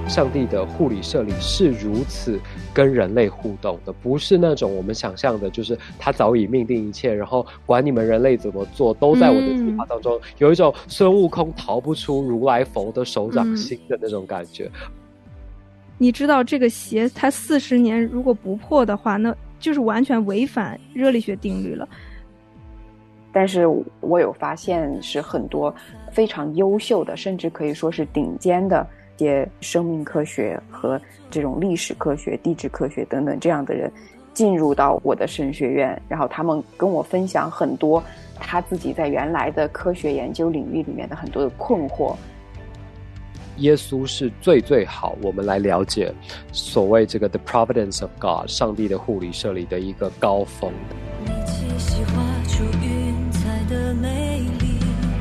上帝的护理设立是如此跟人类互动的，不是那种我们想象的，就是他早已命定一切，然后管你们人类怎么做都在我的计划当中，有一种孙悟空逃不出如来佛的手掌心的那种感觉。 你知道这个邪它40年如果不破的话，那就是完全违反热力学定律了。 但是我有发现是很多非常优秀的，甚至可以说是顶尖的一些生命科学和这种历史科学、地质科学等等这样的人进入到我的神学院，然后他们跟我分享很多他自己在原来的科学研究领域里面的很多的困惑。 耶稣是最好我们来了解所谓这个 The Providence of God 上帝的护理设立的一个高峰。 你气息画出云彩的美丽，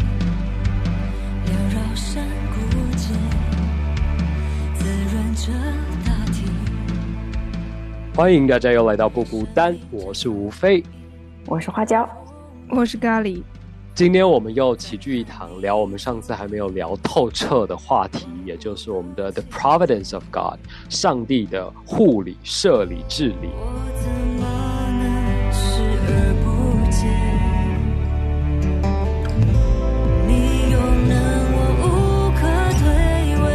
缭绕山谷间滋润着大地。 欢迎大家又来到不孤单，我是吴飞， 我是花椒， 我是咖喱。 今天我们又齐聚一堂，聊我们上次还没有聊透彻的话题，也就是我们的 The Providence of God 上帝的护理设理治理。 我怎么能视而不见，你又能我无可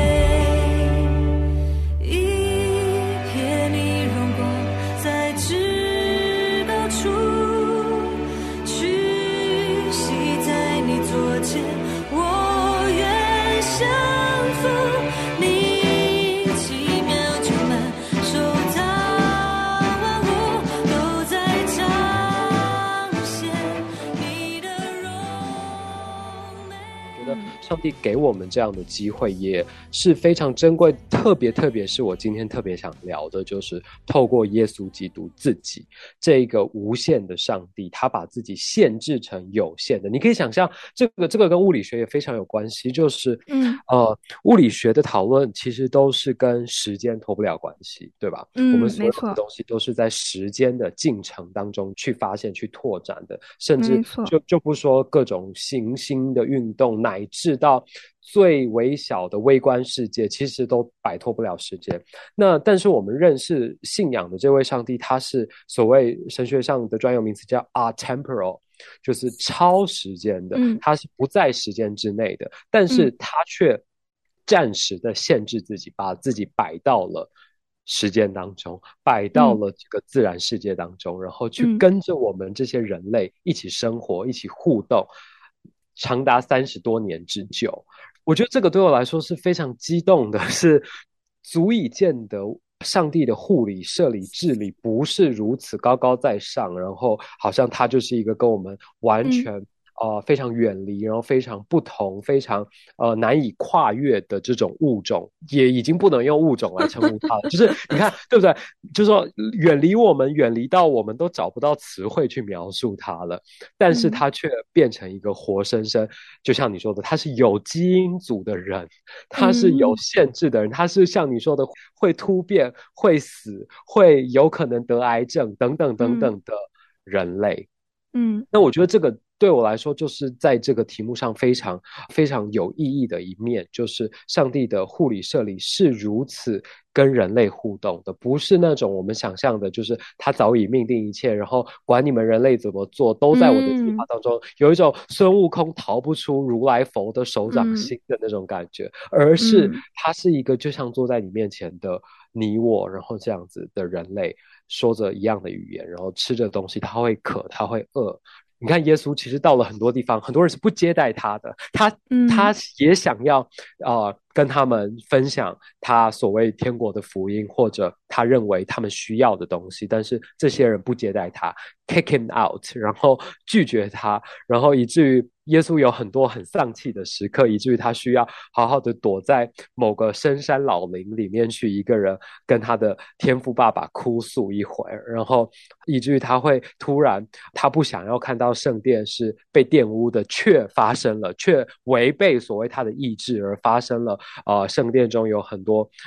推诿，一片霓虹光在至高处屈膝在你左肩，我愿降服你奇妙充满手套万物都在彰显你的荣美。 我觉得上帝给我们这样的机会也是非常珍贵，特别是我今天特别想聊的，就是透过耶稣基督自己这一个无限的上帝，他把自己限制成有限的。你可以想象这个跟物理学也非常有关系，就是物理学的讨论其实都是跟时间脱不了关系，对吧？我们所有的东西都是在时间的进程当中去发现去拓展的，甚至就不说各种行星的运动，乃至到最微小的微观世界，其实都摆脱不了时间。那但是我们认识信仰的这位上帝，他是所谓神学上的专有名词叫 atemporal， 就是超时间的，他是不在时间之内的，但是他却暂时的限制自己，把自己摆到了时间当中，摆到了这个自然世界当中，然后去跟着我们这些人类一起生活，一起互动，长达30多年之久。我觉得这个对我来说是非常激动的，是足以见得上帝的护理设理治理不是如此高高在上，然后好像他就是一个跟我们完全非常远离，然后非常不同，非常难以跨越的这种物种，也已经不能用物种来称呼它了。就是你看，对不对？就是说远离我们，远离到我们都找不到词汇去描述它了，但是它却变成一个活生生，就像你说的，它是有基因组的人，它是有限制的人，它是像你说的会突变、会死、会有可能得癌症等等等等的人类。那我觉得这个对我来说就是在这个题目上非常非常有意义的一面，就是上帝的护理设立是如此跟人类互动的，不是那种我们想象的，就是他早已命定一切，然后管你们人类怎么做都在我的计划当中，有一种孙悟空逃不出如来佛的手掌心的那种感觉，而是他是一个就像坐在你面前的你我，然后这样子的人类，说着一样的语言，然后吃着东西，他会渴，他会饿。你看耶稣其实到了很多地方，很多人是不接待他的，他也想要跟他们分享他所谓天国的福音，或者他认为他们需要的东西，但是这些人不接待他， kick him out， 然后拒绝他，然后以至于耶稣有很多很丧气的时刻，以至于他需要好好的躲在某个深山老林里面去一个人跟他的天父爸爸哭诉一会儿，然后以至于他会突然他不想要看到圣殿是被玷污的，却发生了，却违背所谓他的意志而发生了圣殿中有很多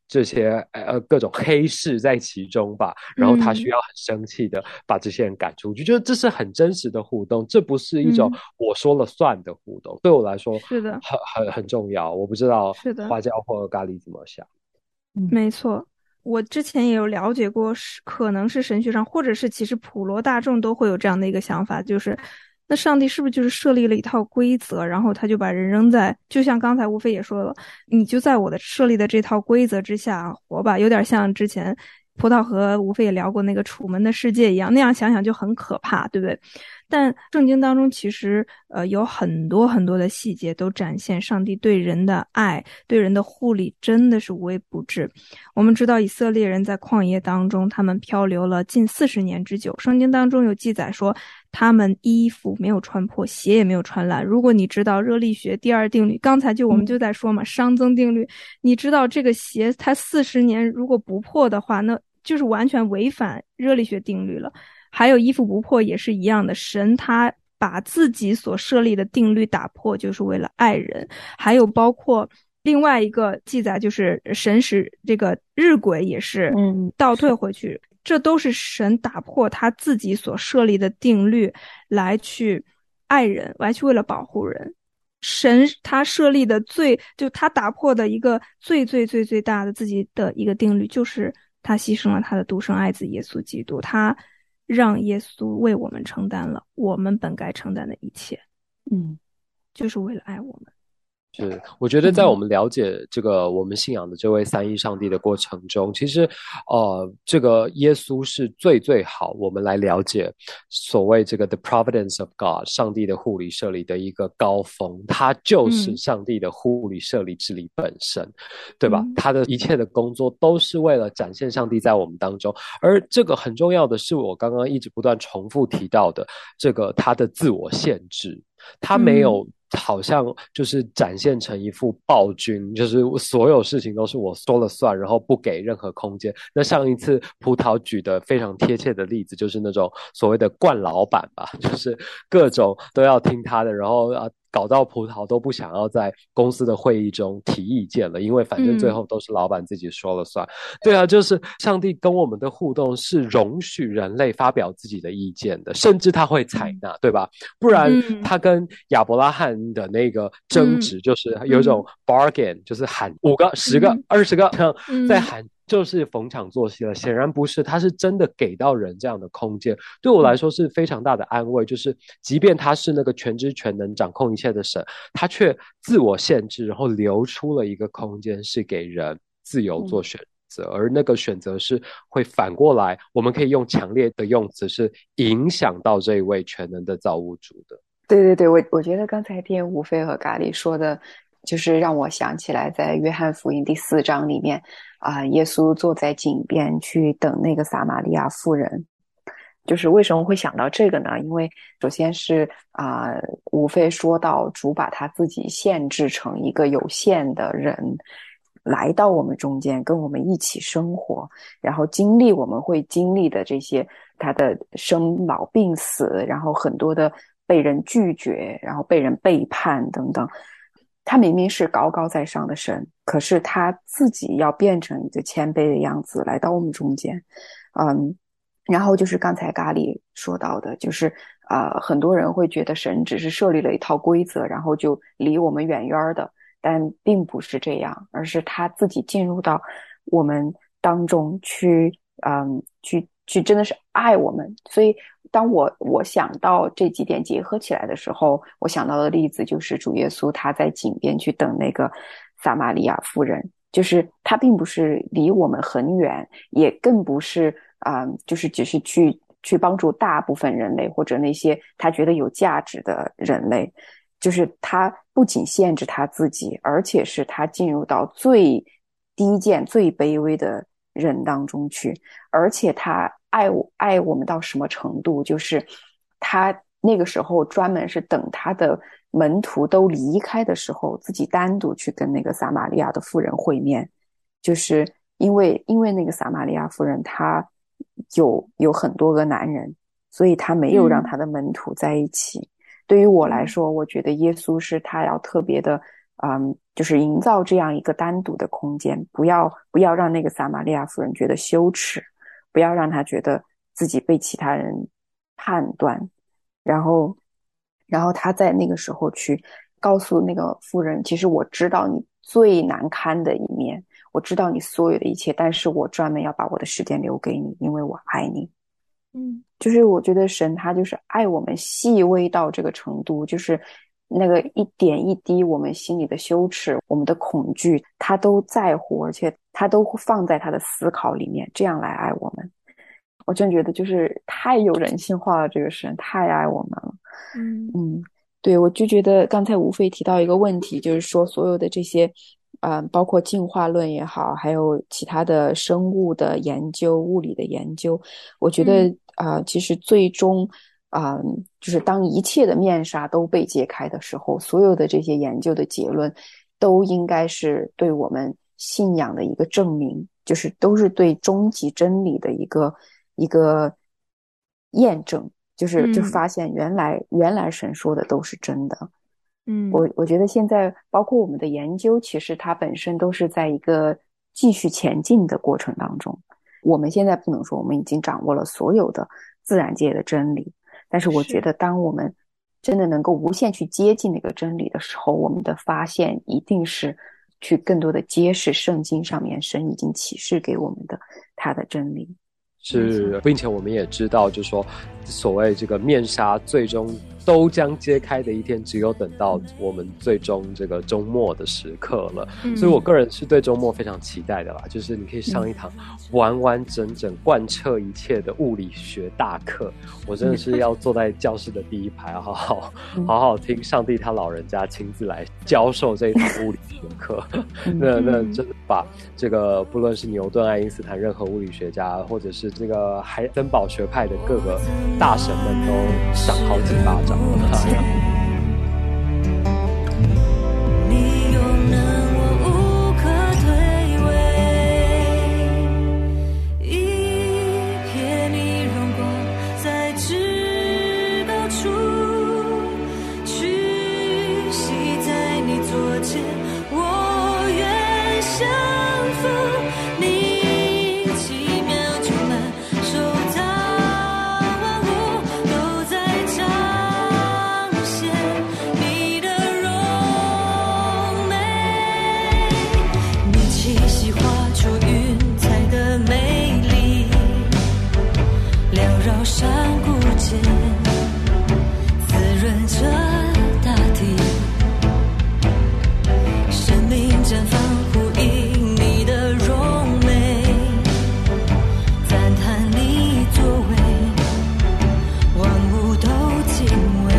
这些各种黑市在其中吧，然后他需要很生气的把这些人赶出去，就是这是很真实的互动，这不是一种我说了算的互动，对我来说是的， 很重要。我不知道是的， 花椒或咖喱怎么想。 没错。我之前也有了解过，可能是神学上，或者是其实普罗大众都会有这样的一个想法，就是那上帝是不是就是设立了一套规则，然后他就把人扔在，就像刚才吴非也说了，你就在我的设立的这套规则之下活吧，有点像之前葡萄和吴非也聊过那个楚门的世界一样，那样想想就很可怕，对不对？但圣经当中其实有很多很多的细节都展现上帝对人的爱，对人的护理真的是无微不至。我们知道以色列人在旷野当中，他们漂流了近40年之久，圣经当中有记载说他们衣服没有穿破，鞋也没有穿烂。如果你知道热力学第二定律，刚才我们就在说嘛，熵增定律，你知道这个鞋它40年如果不破的话，那就是完全违反热力学定律了。还有衣服不破也是一样的，神他把自己所设立的定律打破，就是为了爱人。还有包括另外一个记载，就是神使这个日晷也是倒退回去，这都是神打破他自己所设立的定律来去爱人，来去为了保护人。神他设立的就他打破的一个最大的自己的一个定律，就是他牺牲了他的独生爱子耶稣基督，他让耶稣为我们承担了我们本该承担的一切，就是为了爱我们。 是，我觉得在我们了解这个我们信仰的这位三一上帝的过程中，其实这个耶稣是最好我们来了解所谓这个 the providence of God 上帝的护理设立的一个高峰，它就是上帝的护理设立治理本身，对吧？他的一切的工作都是为了展现上帝在我们当中，而这个很重要的是我刚刚一直不断重复提到的这个他的自我限制，他没有好像就是展现成一副暴君，就是所有事情都是我说了算，然后不给任何空间。那上一次葡萄举的非常贴切的例子，就是那种所谓的惯老板吧，就是各种都要听他的，然后搞到葡萄都不想要在公司的会议中提意见了，因为反正最后都是老板自己说了算。对啊，就是上帝跟我们的互动是容许人类发表自己的意见的，甚至他会采纳，对吧？不然他跟亚伯拉罕的那个争执就是有一种 bargain，就是喊5个、10个、20个这样在喊，就是逢场作戏了。显然不是，他是真的给到人这样的空间，对我来说是非常大的安慰。就是即便他是那个全知全能掌控一切的神，他却自我限制，然后留出了一个空间是给人自由做选择，而那个选择是会反过来，我们可以用强烈的用词，是影响到这一位全能的造物主的。 对，我觉得刚才听吴非和咖喱说的，就是让我想起来在约翰福音第4章里面耶稣坐在井边去等那个撒玛利亚妇人。就是为什么会想到这个呢？因为首先是吴非说到主把他自己限制成一个有限的人来到我们中间，跟我们一起生活，然后经历我们会经历的这些他的生老病死，然后很多的被人拒绝，然后被人背叛等等。他明明是高高在上的神，可是他自己要变成一个谦卑的样子来到我们中间。然后就是刚才咖喱说到的，就是很多人会觉得神只是设立了一套规则，然后就离我们远远的，但并不是这样，而是他自己进入到我们当中去真的是爱我们。所以当我想到这几点结合起来的时候，我想到的例子就是主耶稣他在井边去等那个撒玛利亚妇人，就是他并不是离我们很远，也更不是就是只是去帮助大部分人类或者那些他觉得有价值的人类，就是他不仅限制他自己，而且是他进入到最低贱最卑微的人当中去，而且他爱我们到什么程度，就是他那个时候专门是等他的门徒都离开的时候，自己单独去跟那个撒玛利亚的妇人会面，就是因为那个撒玛利亚妇人她有很多个男人，所以她没有让她的门徒在一起。对于我来说，我觉得耶稣是他要特别的就是营造这样一个单独的空间，不要让那个撒玛利亚妇人觉得羞耻，不要让她觉得自己被其他人判断，然后他在那个时候去告诉那个妇人，其实我知道你最难堪的一面，我知道你所有的一切，但是我专门要把我的时间留给你，因为我爱你。就是我觉得神他就是爱我们细微到这个程度，就是那个一点一滴我们心里的羞耻，我们的恐惧，他都在乎，而且他都放在他的思考里面，这样来爱我们。我真觉得就是太有人性化了，这个神太爱我们了。对，我就觉得刚才吴飞提到一个问题，就是说所有的这些包括进化论也好，还有其他的生物的研究、物理的研究，我觉得其实最终就是当一切的面纱都被揭开的时候，所有的这些研究的结论都应该是对我们信仰的一个证明，就是都是对终极真理的一个验证，就发现原来神说的都是真的。我觉得现在包括我们的研究，其实它本身都是在一个继续前进的过程当中。我们现在不能说我们已经掌握了所有的自然界的真理，但是我觉得当我们真的能够无限去接近那个真理的时候，我们的发现一定是去更多的揭示圣经上面神已经启示给我们的他的真理。 是，并且我们也知道，就是说，所谓这个面纱最终都将揭开的一天，只有等到我们最终这个周末的时刻了。所以我个人是对周末非常期待的啦，就是你可以上一堂完完整整贯彻一切的物理学大课。我真的是要坐在教室的第一排，好好听上帝他老人家亲自来教授这一堂物理学课。那真的把这个不论是牛顿、爱因斯坦任何物理学家，或者是这个海森堡学派的各个大神们都赏好几巴掌了。 你又能我无可推诿，一瞥你荣光在至高处，屈膝在你左肩，我愿降服。你奇妙充满手造万物，都在彰显你的荣美。你气息画出云彩的美丽，缭绕山谷间，滋润着大地。生命绽放呼应你的荣美，赞叹你作为，万物都敬畏。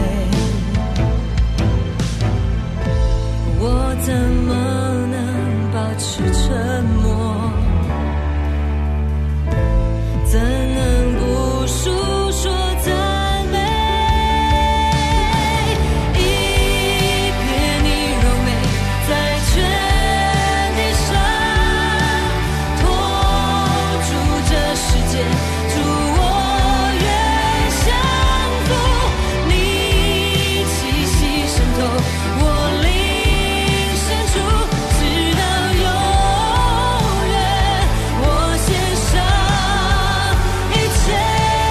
我怎么能保持沉默？怎能不述说赞美？一瞥你柔美，在全地上托住这世界，主我愿降服。你气息渗透我灵深处，直到永远，我献上一切。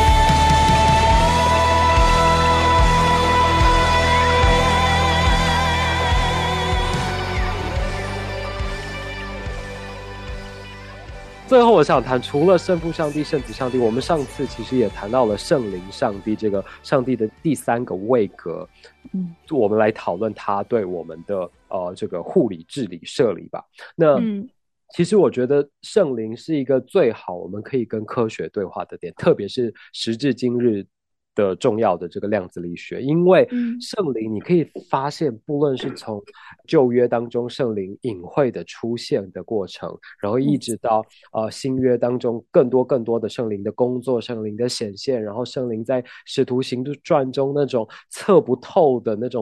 最后我想谈，除了圣父上帝、圣子上帝，我们上次其实也谈到了圣灵上帝，这个上帝的第三个位格。我们来讨论他对我们的这个护理、治理、设理吧。那其实我觉得圣灵是一个最好我们可以跟科学对话的点，特别是时至今日的重要的这个量子力学，因为圣灵你可以发现，不论是从旧约当中圣灵隐晦的出现的过程，然后一直到新约当中更多的圣灵的工作、圣灵的显现，然后圣灵在使徒行传中那种测不透的那种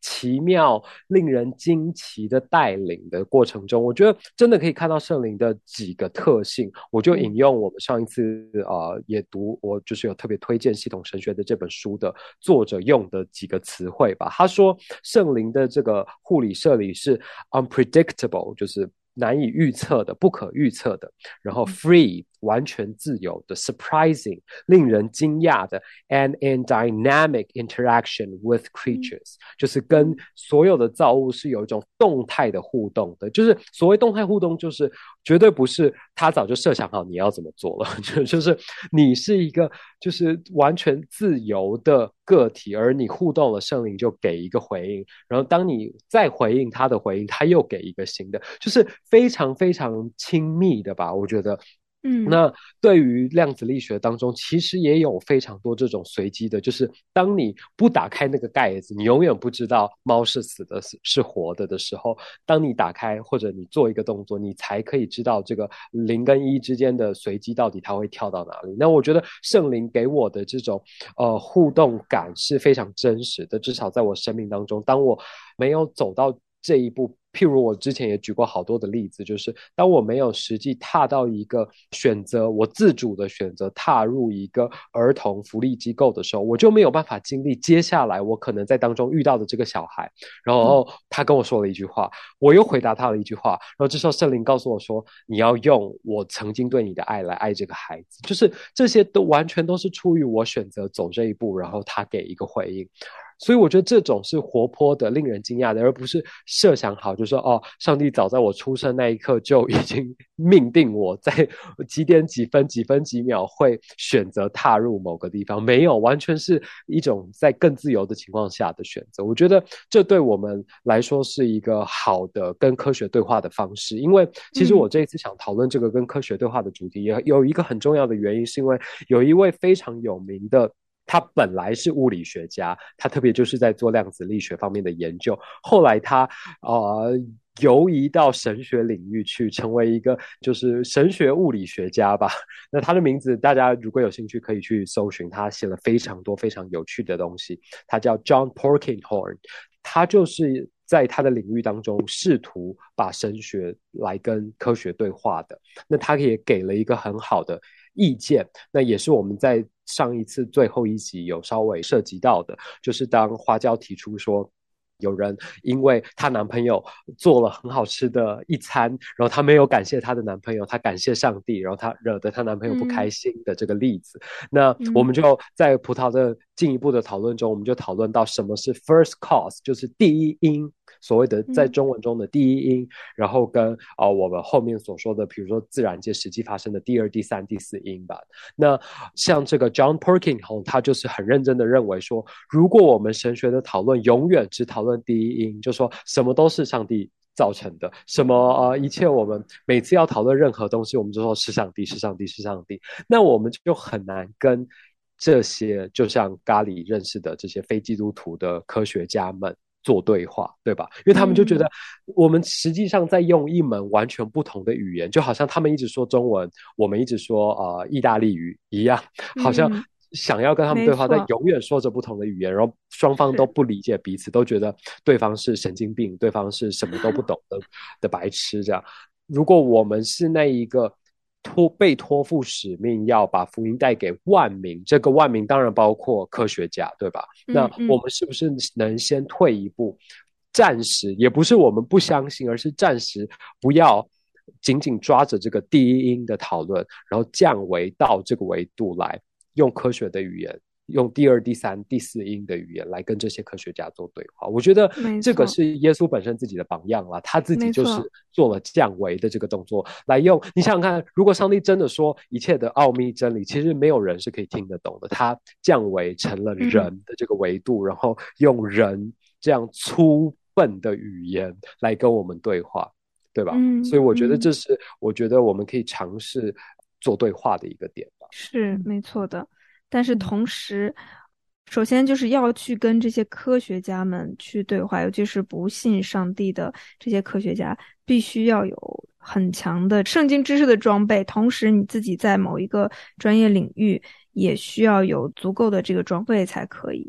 奇妙、令人惊奇的带领的过程中，我觉得真的可以看到圣灵的几个特性。我就引用我们上一次也读，我就是有特别推荐系统神学的这本书的作者用的几个词汇吧。他说圣灵的这个护理设立是 unpredictable， 就是难以预测的、不可预测的，然后 free 完全自由的， surprising 令人惊讶的， and in dynamic interaction with creatures 就是跟所有的造物是有一种动态的互动的。就是所谓动态互动，就是绝对不是他早就设想好你要怎么做了，就是你是一个就是完全自由的个体，而你互动了，圣灵就给一个回应，然后当你再回应他的回应，他又给一个新的，就是非常非常亲密的吧，我觉得。那对于量子力学当中，其实也有非常多这种随机的，就是当你不打开那个盖子，你永远不知道猫是死的是活的的时候，当你打开或者你做一个动作，你才可以知道这个0跟1之间的随机到底它会跳到哪里。那我觉得圣灵给我的这种互动感是非常真实的，至少在我生命当中，当我没有走到这一步，譬如我之前也举过好多的例子，就是当我没有实际踏到一个选择，我自主的选择踏入一个儿童福利机构的时候，我就没有办法经历接下来我可能在当中遇到的这个小孩，然后他跟我说了一句话，我又回答他了一句话，然后这时候圣灵告诉我说，你要用我曾经对你的爱来爱这个孩子，就是这些都完全都是出于我选择走这一步，然后他给一个回应。所以我觉得这种是活泼的、令人惊讶的，而不是设想好，就是说上帝早在我出生那一刻就已经命定我在几点几分几分几秒会选择踏入某个地方，没有，完全是一种在更自由的情况下的选择。我觉得这对我们来说是一个好的跟科学对话的方式，因为其实我这一次想讨论这个跟科学对话的主题，也有一个很重要的原因，是因为有一位非常有名的，他本来是物理学家，他特别就是在做量子力学方面的研究，后来他游移到神学领域去，成为一个就是神学物理学家吧。那他的名字大家如果有兴趣可以去搜寻，他写了非常多非常有趣的东西，他叫 John Polkinghorne， 他就是在他的领域当中试图把神学来跟科学对话的。那他也给了一个很好的意见，那也是我们在上一次最后一集有稍微涉及到的，就是当花椒提出说有人因为她男朋友做了很好吃的一餐，然后她没有感谢她的男朋友，她感谢上帝，然后她惹得她男朋友不开心的这个例子。那我们就在葡萄的进一步的讨论中，我们就讨论到什么是 first cause， 就是第一因，所谓的在中文中的第一因，然后跟我们后面所说的比如说自然界实际发生的第二、第三、第四因吧。那像这个 John Polkinghorne 他就是很认真的认为说，如果我们神学的讨论永远只讨论第一因，就说什么都是上帝造成的，什么一切我们每次要讨论任何东西，我们就说是上帝是上帝是上帝，那我们就很难跟这些就像咖喱认识的这些非基督徒的科学家们做对话，对吧？因为他们就觉得我们实际上在用一门完全不同的语言，就好像他们一直说中文，我们一直说意大利语一样，好像想要跟他们对话，但永远说着不同的语言，然后双方都不理解彼此，都觉得对方是神经病，对方是什么都不懂的白痴这样。如果我们是那一个被托付使命要把福音带给万民，这个万民当然包括科学家，对吧？那我们是不是能先退一步，暂时也不是我们不相信，而是暂时不要紧紧抓着这个第一因的讨论，然后降维到这个维度来，用科学的语言，用第二、第三、第四因的语言来跟这些科学家做对话。我觉得这个是耶稣本身自己的榜样啦，他自己就是做了降维的这个动作来用。你想想看，如果上帝真的说一切的奥秘真理，其实没有人是可以听得懂的，他降维成了人的这个维度，然后用人这样粗笨的语言来跟我们对话，对吧？所以我觉得这是我觉得我们可以尝试做对话的一个点吧。 是没错的，但是同时首先就是要去跟这些科学家们去对话，尤其是不信上帝的这些科学家，必须要有很强的圣经知识的装备，同时你自己在某一个专业领域也需要有足够的这个装备才可以。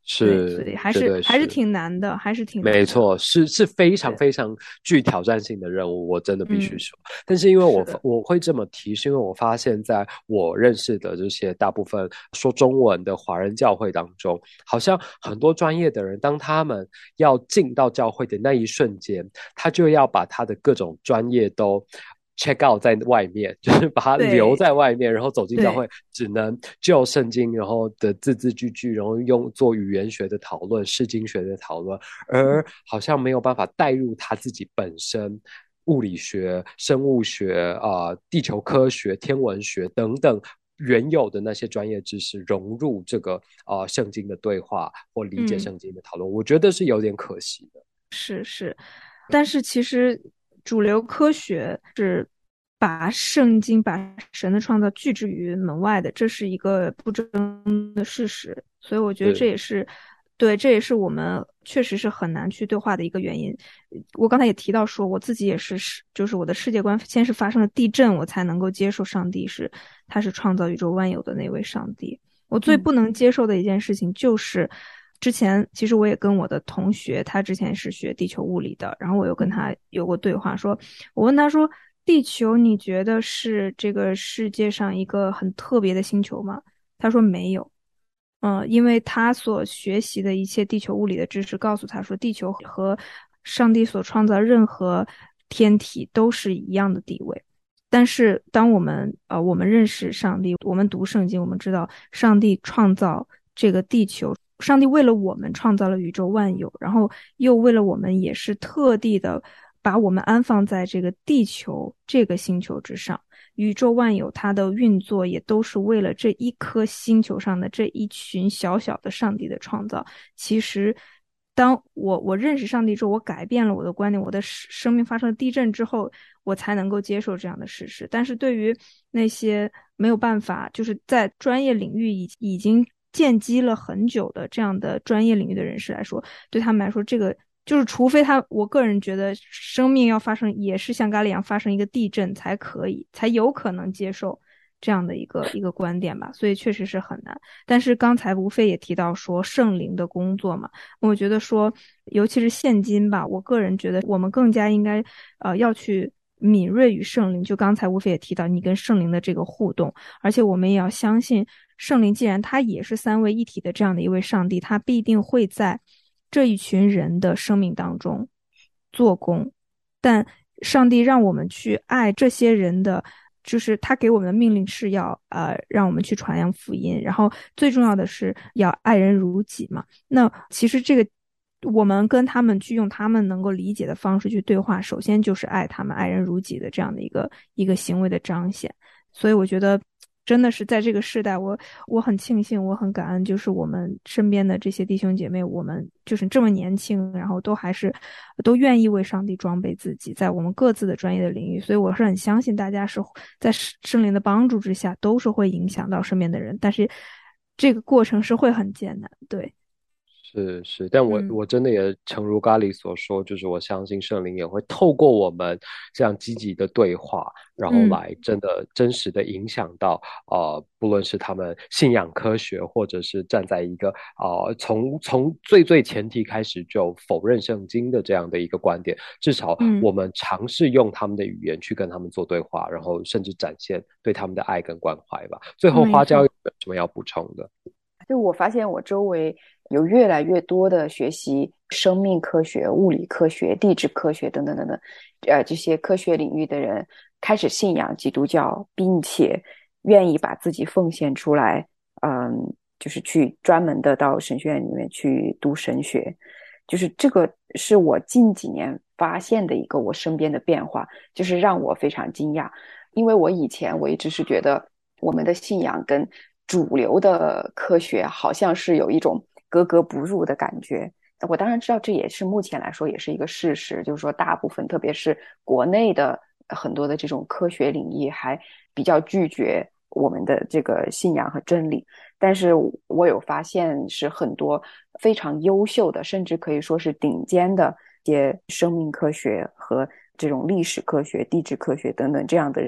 对，所是， 以还绝对是是。 挺难的，还是挺难的。 没错，是非常对， 非常具挑战性的任务，我真的必须嗯， 说。但是因为是的， 我会这么提，是因为我发现在我认识的这些大部分说中文的华人教会当中，好像很多专业的人，当他们要进到教会的那一瞬间，他就要把他的各种专业都check out 在外面，就是把它留对在外面，然后走进教对， 会，只能就圣经，然后的字字句句，然后用做语言学的讨论、释经学的讨论，而好像没有办法带入他自己本身。物理学、生物学、地球科学、天文学等等原有的那些专业知识融入这个圣经的对话或理解嗯。 圣经的讨论，我觉得是有点可惜的。 但是其实主流科学是把圣经、把神的创造拒之于门外的，这是一个不争的事实。所以我觉得这是也是，对，这也是我们确实是很难去对话的一个原因。我刚才也提到说，我自己也是，就是我的世界观先是发生了地震，我才能够接受上帝他是创造宇宙万有的那位上帝。我最不能接受的一件事情就是，之前其实我也跟我的同学，他之前是学地球物理的，然后我又跟他有过对话，我问他说，地球你觉得是这个世界上一个很特别的星球吗？他说没有。因为他所学习的一切地球物理的知识告诉他说，地球和上帝所创造任何天体都是一样的地位。但是当我们认识上帝，我们读圣经，我们知道上帝创造这个地球，上帝为了我们创造了宇宙万有，然后又为了我们也是特地的把我们安放在这个地球这个星球之上。宇宙万有它的运作也都是为了这一颗星球上的这一群小小的上帝的创造。其实当我认识上帝之后，我改变了我的观念，我的生命发生了地震之后，我才能够接受这样的事实。但是对于那些没有办法，就是在专业领域已经建基了很久的这样的专业领域的人士来说，对他们来说，这个就是除非我个人觉得生命要发生，也是像咖喱一样发生一个地震才可以，才有可能接受这样的一个观点吧。所以确实是很难。但是刚才吴飞也提到说圣灵的工作嘛，我觉得说，尤其是现今吧，我个人觉得我们更加应该要去敏锐于圣灵。就刚才吴飞也提到你跟圣灵的这个互动，而且我们也要相信圣灵，既然他也是三位一体的这样的一位上帝，他必定会在这一群人的生命当中做工。但上帝让我们去爱这些人的，就是他给我们的命令是要让我们去传扬福音，然后最重要的是要爱人如己嘛。那其实这个我们跟他们去用他们能够理解的方式去对话，首先就是爱他们，爱人如己的这样的一个行为的彰显。所以我觉得真的是在这个时代，我很庆幸，我很感恩，就是我们身边的这些弟兄姐妹，我们就是这么年轻，然后都愿意为上帝装备自己，在我们各自的专业的领域。所以我是很相信大家是在圣灵的帮助之下，都是会影响到身边的人，但是这个过程是会很艰难，对。 是是，但我真的也诚如咖喱所说，就是我相信圣灵也会透过我们这样积极的对话，然后嗯来真的真实的影响到不论是他们信仰科学，或者是站在一个从最前提开始就否认圣经的这样的一个观点，至少嗯。 我们尝试用他们的语言去跟他们做对话，然后甚至展现对他们的爱跟关怀吧。最后花椒有没错。 没有什么要补充的？ 就我发现我周围有越来越多的学习生命科学、物理科学、地质科学等等等等，这些科学领域的人开始信仰基督教，并且愿意把自己奉献出来，就是去专门的到神学院里面去读神学。就是这个是我近几年发现的一个我身边的变化，就是让我非常惊讶。因为我以前我一直是觉得我们的信仰跟主流的科学好像是有一种格格不入的感觉。我当然知道这也是目前来说也是一个事实，就是说大部分特别是国内的很多的这种科学领域还比较拒绝我们的这个信仰和真理。但是我有发现是很多非常优秀的，甚至可以说是顶尖的一些生命科学和这种历史科学、地质科学等等这样的人，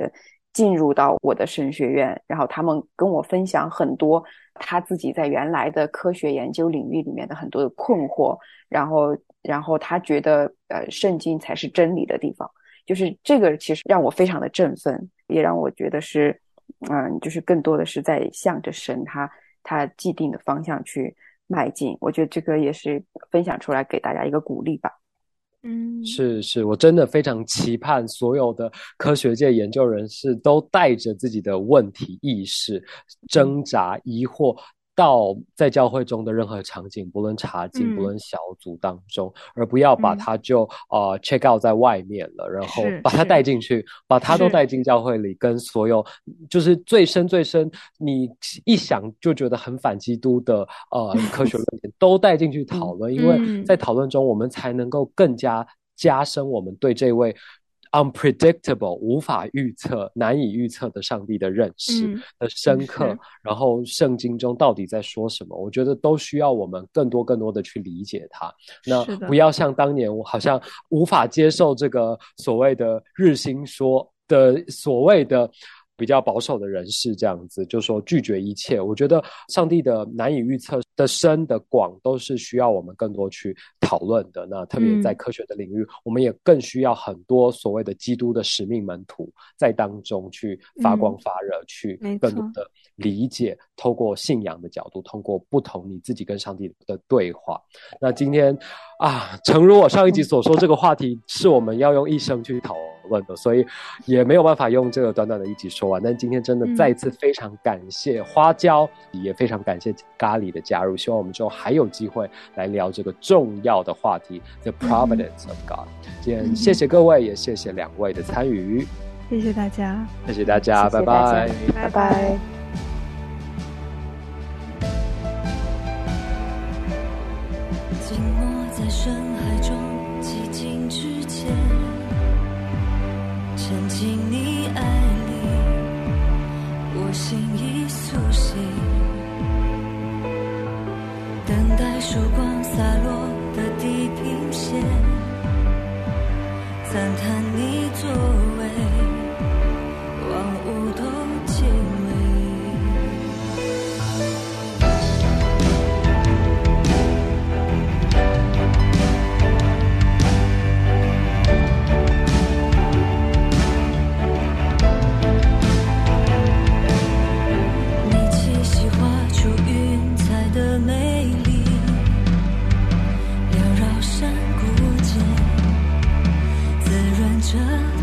进入到我的神学院，然后他们跟我分享很多他自己在原来的科学研究领域里面的很多的困惑，然后他觉得圣经才是真理的地方，就是这个其实让我非常的振奋，也让我觉得是就是更多的是在向着神他既定的方向去迈进。我觉得这个也是分享出来给大家一个鼓励吧。 是，我真的非常期盼所有的科学界研究人士都带着自己的问题意识、挣扎、疑惑到在教会中的任何场景，不论查经，不论小组当中，而不要把它就check out 在外面了，然后把它带进去，把它都带进教会里，跟所有就是最深你一想就觉得很反基督的科学论点都带进去讨论，因为在讨论中我们才能够更加深我们对这位unpredictable 无法预测难以预测的上帝的认识的深刻，然后圣经中到底在说什么，我觉得都需要我们更多的去理解它。那不要像当年我好像无法接受这个所谓的日心说的所谓的比较保守的人士这样子，就说拒绝一切。我觉得上帝的难以预测的深的广都是需要我们更多去讨论的。那特别在科学的领域，我们也更需要很多所谓的基督的使命门徒在当中去发光发热，去更多的理解，透过信仰的角度，通过不同你自己跟上帝的对话。那今天诚如我上一集所说，这个话题是我们要用一生去讨论的，所以也没有办法用这个短短的一集说完。但今天真的再一次非常感谢花椒，也非常感谢咖喱的加入，希望我们之后还有机会来聊这个重要的话题 The Providence of God。 今天谢谢各位，也谢谢两位的参与， 谢谢大家， 谢谢大家，拜拜， 拜拜。 静默在深海中寂静之前，沉浸你爱里，我心已苏醒，等待曙光洒落的地平线，赞叹你作为，万物都静立。美丽缭绕山谷间，滋润着